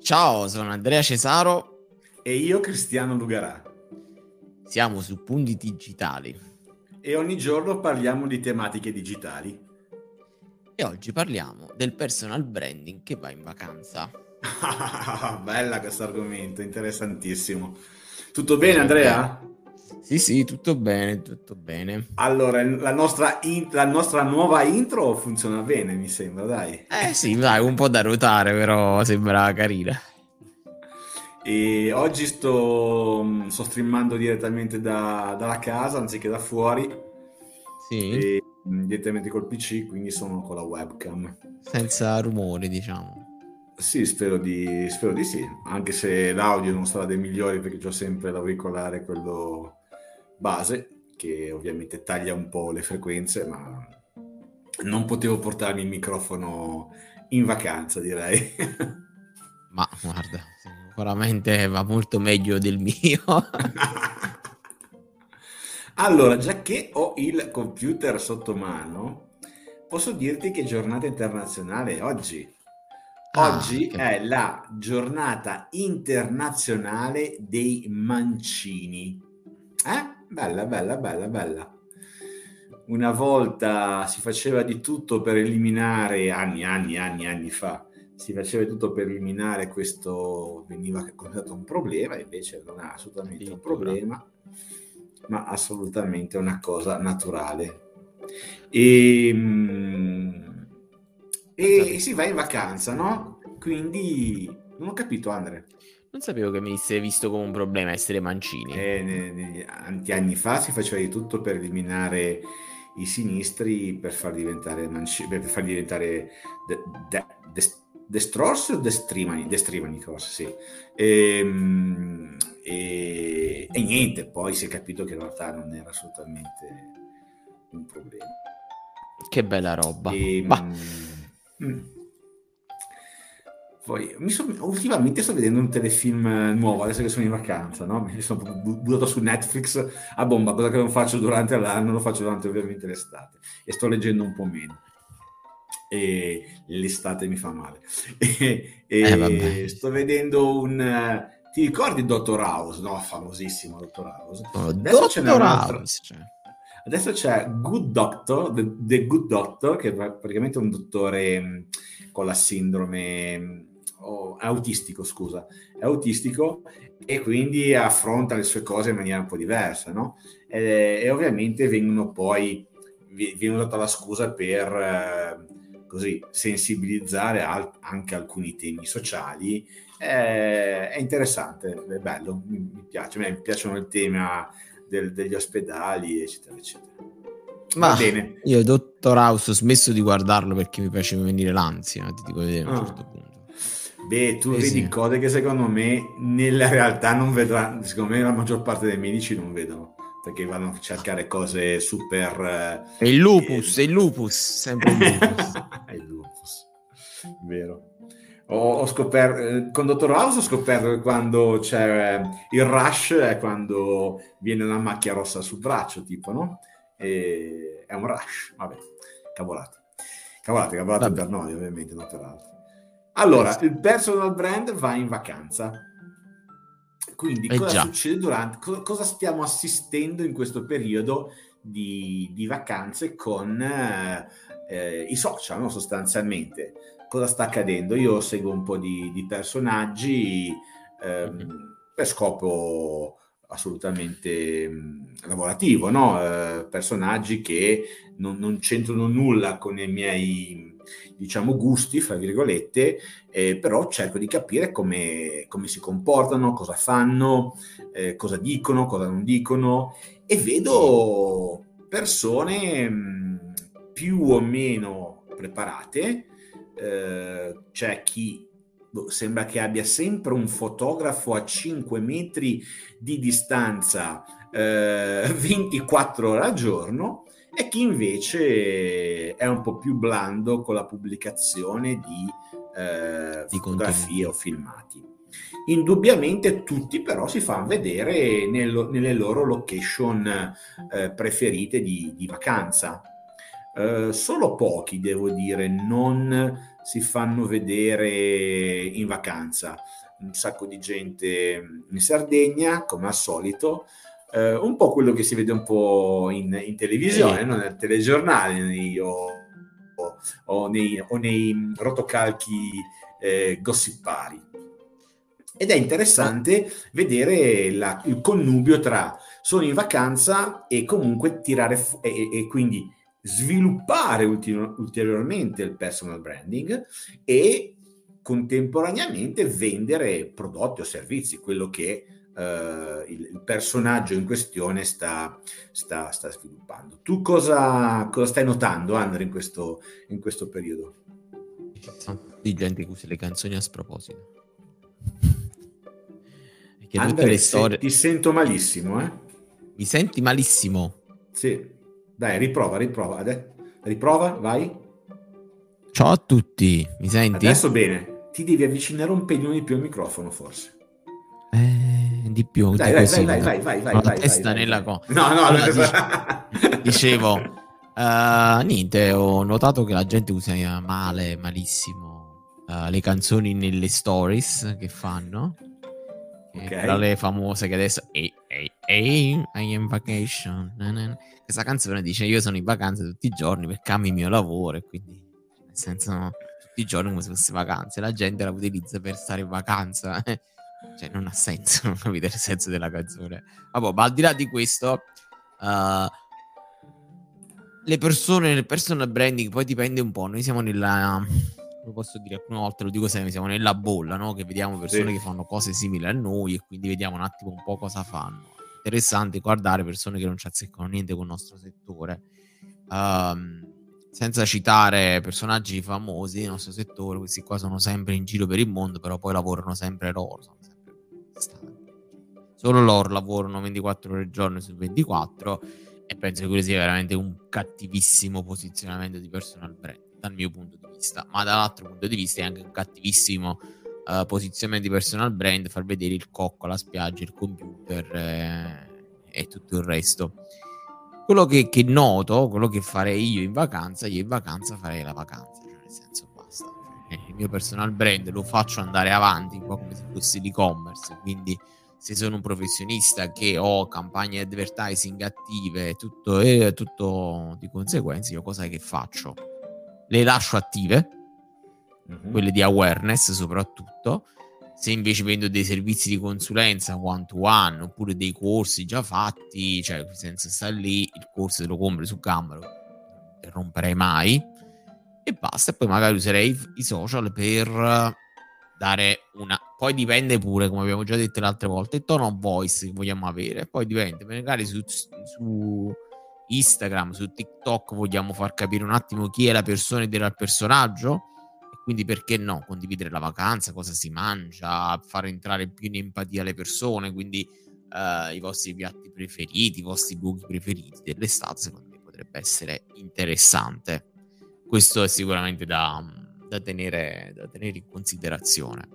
Ciao, sono Andrea Cesaro, E io Cristiano Lugarà. siamo su Punti Digitali E ogni giorno parliamo di tematiche digitali. e oggi parliamo del personal branding che va in vacanza. Bella questo argomento, interessantissimo. Tutto bene, Andrea? Sì, tutto bene, tutto bene. Allora, la nostra nuova intro funziona bene, mi sembra, dai. Sì, dai, un po' da ruotare, però sembra carina. E oggi sto streamando direttamente dalla casa, anziché da fuori, Sì, e direttamente col PC, quindi sono con la webcam. senza rumori, diciamo. Sì, spero di sì, anche se l'audio non sarà dei migliori perché ho sempre l'auricolare, quello base, che ovviamente taglia un po' le frequenze, ma non potevo portarmi il microfono in vacanza, direi. Ma guarda, sicuramente va molto meglio del mio. Allora, già che ho il computer sotto mano, posso dirti che giornata internazionale è oggi. Ah, Oggi che è la giornata internazionale dei mancini. Bella, bella, bella, bella. Una volta si faceva di tutto per eliminare, anni fa, si faceva di tutto per eliminare questo, veniva considerato un problema, invece non è assolutamente un addirittura. problema, ma assolutamente una cosa naturale. E, Pensa e te. si va in vacanza, no? Quindi non ho capito, Andre. Non sapevo che venisse visto come un problema essere mancini. Tanti anni fa si faceva di tutto per eliminare i sinistri per far diventare per far diventare destrorsi o destrimani forse sì. E niente, poi si è capito che in realtà non era assolutamente un problema. Che bella roba. E, Bah, poi ultimamente sto vedendo un telefilm nuovo adesso che sono in vacanza, no? Mi sono buttato su Netflix a bomba, cosa che non faccio durante l'anno, lo faccio durante ovviamente l'estate e sto leggendo un po' meno e l'estate mi fa male vabbè. e sto vedendo ti ricordi Dottor House? No, famosissimo Dottor House. Oh, Adesso ce n'è Dottor un'altra. House, cioè. Adesso c'è Good Doctor, The Good Doctor, che è praticamente un dottore con la sindrome autistico, scusa, è autistico e quindi affronta le sue cose in maniera un po' diversa, no? E ovviamente viene usata la scusa per così sensibilizzare anche alcuni temi sociali. È interessante, è bello, mi piace, a me piacciono il tema degli ospedali, eccetera, eccetera. Va Ma bene. io Dottor House ho smesso di guardarlo perché mi piace venire l'ansia, ti dico vedere a un certo punto. Beh, tu vedi Sì. cose che secondo me nella realtà non vedranno, secondo me la maggior parte dei medici non vedono, perché vanno a cercare cose super... È il lupus, sempre il lupus. È il lupus, vero. Ho scoperto, con Dottor House ho scoperto che quando c'è il rash è quando viene una macchia rossa sul braccio, tipo, no? È un rash, vabbè, cavolate. Cavolate Vabbè, per noi, ovviamente, non per altri. Allora, sì. il personal brand va in vacanza. Quindi cosa Già. succede cosa stiamo assistendo in questo periodo di vacanze con i social, no? Sostanzialmente. Cosa sta accadendo? Io seguo un po' di personaggi per scopo assolutamente lavorativo, no? Personaggi che non c'entrano nulla con i miei, diciamo, gusti, fra virgolette, però cerco di capire come si comportano, cosa fanno, cosa dicono, cosa non dicono, e vedo persone più o meno preparate. C'è chi sembra che abbia sempre un fotografo a 5 metri di distanza 24 ore al giorno, e chi invece è un po' più blando con la pubblicazione di fotografie o filmati. Indubbiamente tutti però si fanno vedere nelle loro location preferite di vacanza. Solo pochi, devo dire, non si fanno vedere in vacanza. Un sacco di gente in Sardegna, come al solito, un po' quello che si vede un po' in televisione, no? Nel telegiornale o nei rotocalchi gossipari. Ed è interessante vedere il connubio tra sono in vacanza e comunque e quindi sviluppare ulteriormente il personal branding e contemporaneamente vendere prodotti o servizi, quello che il personaggio in questione sta sviluppando. Tu cosa stai notando, Andrea, in questo periodo? Ci sono di gente che usa le canzoni a sproposito. Perché tutte le storie... ti sento malissimo, eh? Mi senti malissimo? Sì. Dai, riprova. Riprova, vai. Ciao a tutti, mi senti? Adesso bene. Ti devi avvicinare un pelino di più al microfono, forse. Di più Dai, di vai, così. vai. Ho la testa nella No, Allora, dicevo, niente, ho notato che la gente usa malissimo le canzoni nelle stories che fanno. Okay. Tra le famose che adesso I am vacation. Questa canzone dice io sono in vacanza tutti i giorni perché amo il mio lavoro e quindi nel senso tutti i giorni come se fosse vacanza. La gente la utilizza per stare in vacanza. Cioè non ha senso, non capite il senso della canzone. Vabbè, ma al di là di questo le persone nel personal branding poi dipende un po'. Noi siamo nella, lo posso dire alcune volte, lo dico sempre, siamo nella bolla, no? Che vediamo persone che fanno cose simili a noi e quindi vediamo un attimo un po' cosa fanno. Interessante guardare persone che non ci azzeccano niente con il nostro settore, senza citare personaggi famosi del nostro settore. Questi qua sono sempre in giro per il mondo, però poi lavorano sempre loro, sono sempre solo loro lavorano 24 ore al giorno su 24 e penso che quello sia veramente un cattivissimo posizionamento di personal brand dal mio punto di vista, ma dall'altro punto di vista è anche un cattivissimo posizionamento di personal brand far vedere il cocco, la spiaggia, il computer e tutto il resto. Quello che noto, quello che farei io in vacanza farei la vacanza, cioè nel senso basta, cioè, il mio personal brand lo faccio andare avanti un po' come se fosse l'e-commerce, quindi se sono un professionista che ho campagne advertising attive tutto di conseguenza, io cosa che faccio? Le lascio attive, quelle di awareness soprattutto. Se invece vendo dei servizi di consulenza one to one oppure dei corsi già fatti, cioè senza stare lì, il corso te lo compri su Canva, non interromperei mai e basta. E poi magari userei i social per dare una, poi dipende pure, come abbiamo già detto le altre volte, il tono of voice che vogliamo avere, poi dipende, magari su Instagram, su TikTok vogliamo far capire un attimo chi è la persona e del personaggio, e quindi perché no, condividere la vacanza, cosa si mangia, far entrare più in empatia le persone, quindi i vostri piatti preferiti, i vostri luoghi preferiti dell'estate, secondo me potrebbe essere interessante. Questo è sicuramente da tenere in considerazione.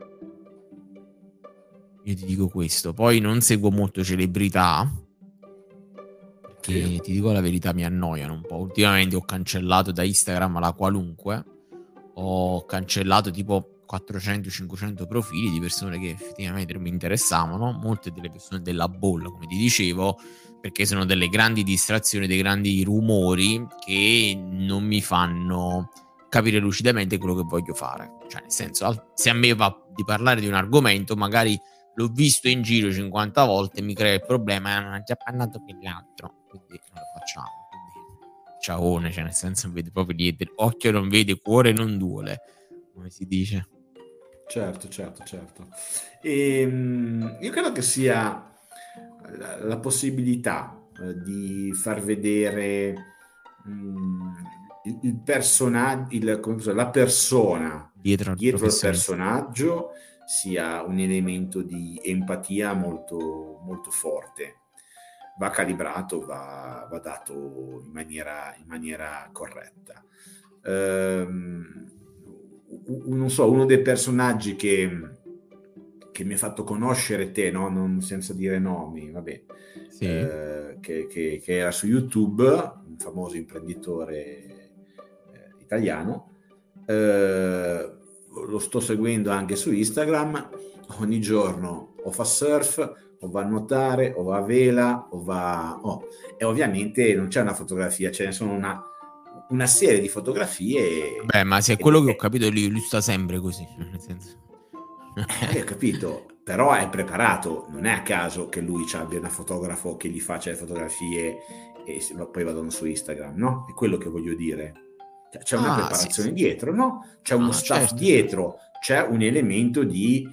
Io ti dico questo. Poi non seguo molto celebrità perché ti dico la verità, mi annoiano un po'. Ultimamente ho cancellato da Instagram la qualunque, ho cancellato tipo 400-500 profili di persone che effettivamente non mi interessavano, molte delle persone della bolla, come ti dicevo, perché sono delle grandi distrazioni, dei grandi rumori che non mi fanno capire lucidamente quello che voglio fare. Cioè, nel senso, se a me va di parlare di un argomento, magari l'ho visto in giro 50 volte, mi crea il problema, non ha già parlato quell'altro, quindi non lo facciamo. Quindi ciaone, cioè nel senso non vede proprio niente, occhio non vede, cuore non duole, come si dice. Certo. Io credo che sia la possibilità di far vedere il personaggio, la persona dietro al personaggio sia un elemento di empatia molto, molto forte. Va calibrato, va dato in maniera corretta. Non so, uno dei personaggi che mi ha fatto conoscere te, no? Senza dire nomi, vabbè, sì. che era su YouTube, un famoso imprenditore italiano, lo sto seguendo anche su Instagram, ogni giorno o fa surf, o va a nuotare, o va a vela, o va... e ovviamente non c'è una fotografia, ce ne sono una serie di fotografie. Beh, ma se è quello che ho capito, lui sta sempre così, nel senso... Ho capito, però è preparato, non è a caso che lui abbia una fotografo che gli faccia le fotografie e poi vadano su Instagram, no? È quello che voglio dire. C'è una preparazione sì. dietro, no? C'è uno staff certo, dietro, c'è un elemento di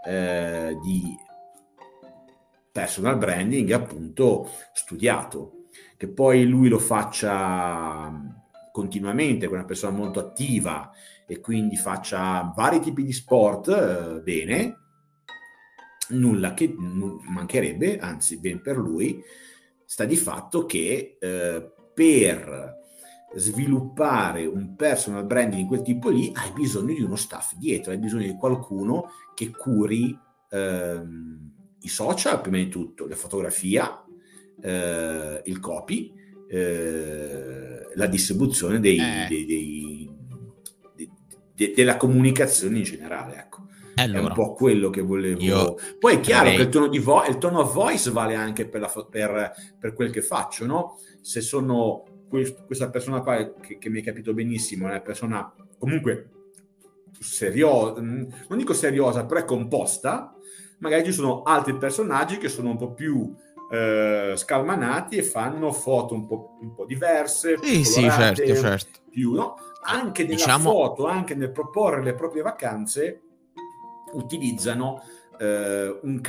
personal branding appunto studiato. Che poi lui lo faccia continuamente, con una persona molto attiva e quindi faccia vari tipi di sport, bene, nulla che mancherebbe, anzi ben per lui. Sta di fatto che per sviluppare un personal branding di quel tipo lì hai bisogno di uno staff dietro, hai bisogno di qualcuno che curi i social, prima di tutto la fotografia, il copy, la distribuzione della comunicazione in generale, ecco. È un po' quello che volevo. Poi è chiaro che il tono of voice vale anche per quel che faccio, no? Se sono questa persona qua che mi è capito benissimo, è una persona comunque seriosa, non dico seriosa, però è composta. Magari ci sono altri personaggi che sono un po' più scalmanati e fanno foto un po' diverse, più colorate, certo. più, no? Anche nella foto, anche nel proporre le proprie vacanze, utilizzano un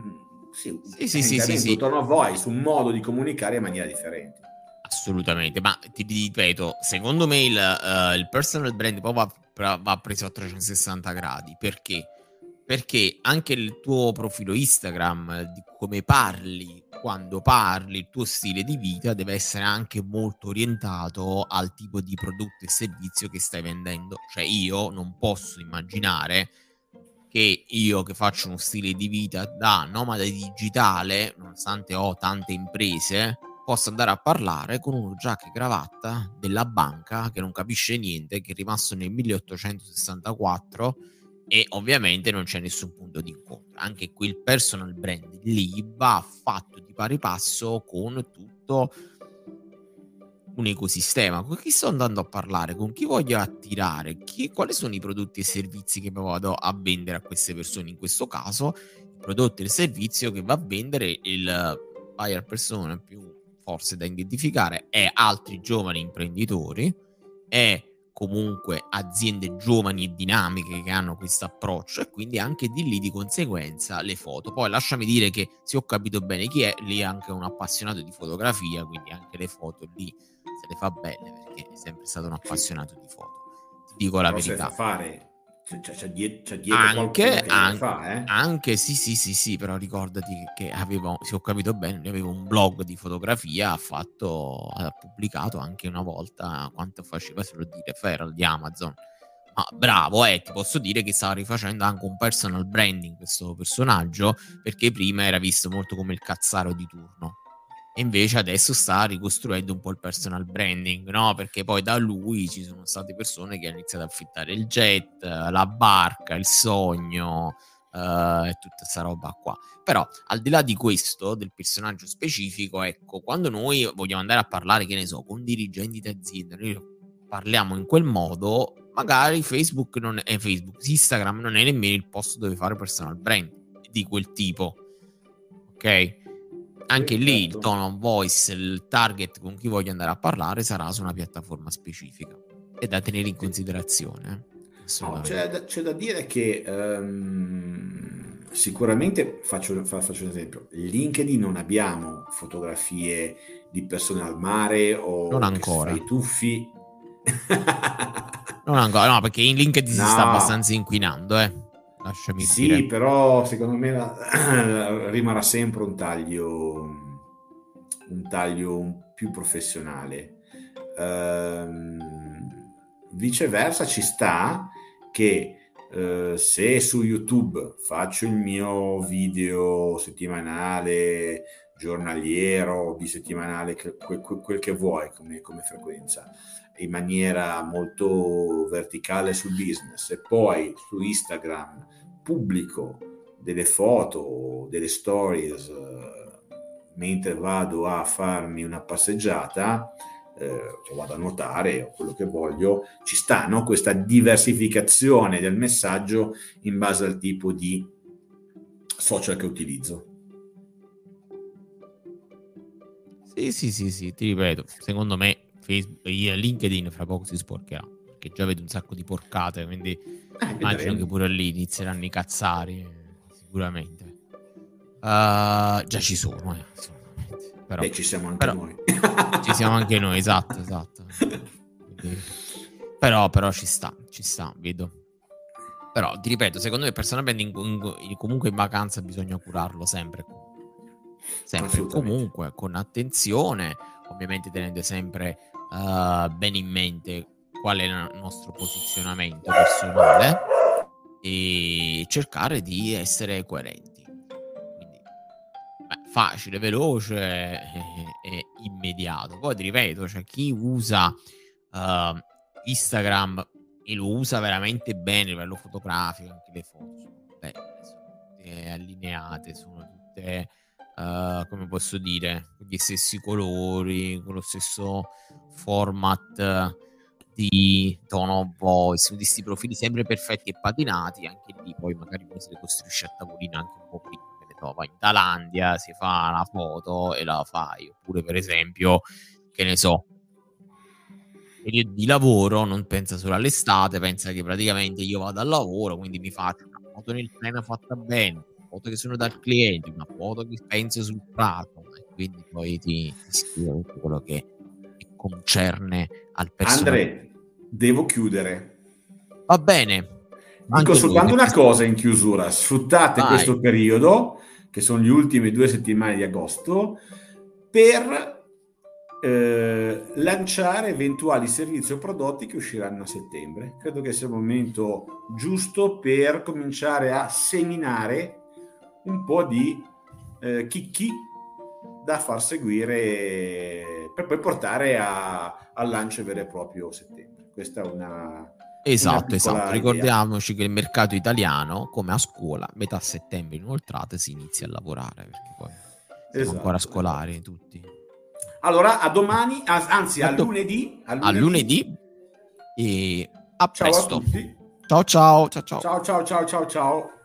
tono of voice, un modo di comunicare in maniera differente. Assolutamente, ma ti ripeto, secondo me il personal brand poi va preso a 360 gradi. Perché? Perché anche il tuo profilo Instagram, di come parli, quando parli, il tuo stile di vita deve essere anche molto orientato al tipo di prodotto e servizio che stai vendendo. Cioè io non posso immaginare che io che faccio uno stile di vita da nomade digitale, nonostante ho tante imprese, posso andare a parlare con uno giacca e cravatta della banca che non capisce niente, che è rimasto nel 1864 e ovviamente non c'è nessun punto di incontro. Anche qui il personal brand lì va fatto di pari passo con tutto un ecosistema. Con chi sto andando a parlare? Con chi voglio attirare? Quali sono i prodotti e servizi che vado a vendere a queste persone? In questo caso, il prodotto e il servizio che va a vendere il buyer persona più forse da identificare è altri giovani imprenditori, è comunque aziende giovani e dinamiche che hanno questo approccio e quindi anche di lì di conseguenza le foto. Poi lasciami dire che se ho capito bene chi è, lì è anche un appassionato di fotografia, quindi anche le foto lì se le fa belle perché è sempre stato un appassionato di foto. Ti dico la verità. Se fa fare, c'è dietro anche, qualcuno che le fa, Anche sì, però ricordati che avevo, se ho capito bene, avevo un blog di fotografia, ha pubblicato anche una volta quanto faceva solo di referral di Amazon. Ma bravo, ti posso dire che stava rifacendo anche un personal branding questo personaggio, perché prima era visto molto come il cazzaro di turno. E invece adesso sta ricostruendo un po' il personal branding, no? Perché poi da lui ci sono state persone che hanno iniziato a affittare il jet, la barca, il sogno e tutta questa roba qua. Però al di là di questo, del personaggio specifico, ecco, quando noi vogliamo andare a parlare, che ne so, con dirigenti di aziende, noi parliamo in quel modo, magari Instagram non è nemmeno il posto dove fare personal brand di quel tipo, ok? Anche lì certo. Il tone of voice, il target con chi voglio andare a parlare sarà su una piattaforma specifica. È da tenere in considerazione. No, c'è da dire che sicuramente faccio un esempio. LinkedIn non abbiamo fotografie di persone al mare o non ancora. i tuffi. Non ancora, no, perché in LinkedIn si sta abbastanza inquinando, lasciami dire. Sì, però secondo me rimarrà sempre un taglio più professionale. Viceversa ci sta che se su YouTube faccio il mio video settimanale giornaliero, bisettimanale, quel che vuoi come frequenza, in maniera molto verticale sul business, e poi su Instagram pubblico delle foto, delle stories mentre vado a farmi una passeggiata, o vado a nuotare, o quello che voglio, ci sta, no? Questa diversificazione del messaggio in base al tipo di social che utilizzo. Sì, ti ripeto, secondo me LinkedIn fra poco si sporcherà, perché già vedo un sacco di porcate, quindi immagino che pure lì inizieranno i cazzari, sicuramente. Già ci sono, assolutamente. Però, ci siamo anche noi. Ci siamo anche noi, esatto. Quindi, però ci sta, vedo. Però ti ripeto, secondo me personal branding comunque in vacanza bisogna curarlo sempre comunque con attenzione, ovviamente tenendo sempre bene in mente qual è il nostro posizionamento personale e cercare di essere coerenti. Quindi facile, veloce e immediato. Poi ti ripeto, c'è chi usa Instagram e lo usa veramente bene a livello fotografico, anche le foto sono belle, sono tutte allineate, sono tutte come posso dire, con gli stessi colori, con lo stesso format di tone of voice, di questi profili sempre perfetti e patinati. Anche lì poi magari uno se le costruisce a tavolino anche un po' prima, che ne so, va in Thailandia, si fa la foto e la fai, oppure per esempio, che ne so, periodo di lavoro, non pensa solo all'estate, pensa che praticamente io vado al lavoro, quindi mi faccio una foto nel treno fatta bene, una foto che sono dal cliente, una foto che penso sul prato, e quindi poi ti scrivo tutto quello che concerne al personale. Andre, devo chiudere. Va bene. Dico soltanto una cosa in chiusura: sfruttate questo periodo, che sono le ultime 2 settimane di agosto, per lanciare eventuali servizi o prodotti che usciranno a settembre. Credo che sia il momento giusto per cominciare a seminare un po' di chicchi da far seguire, per poi portare al lancio vero e proprio a settembre. Questa è una esatto. idea. Ricordiamoci che il mercato italiano, come a scuola, metà settembre inoltrate si inizia a lavorare, perché poi siamo ancora scolari tutti. Allora, a domani, anzi a lunedì. A lunedì e a presto. Ciao a tutti. Ciao. Ciao.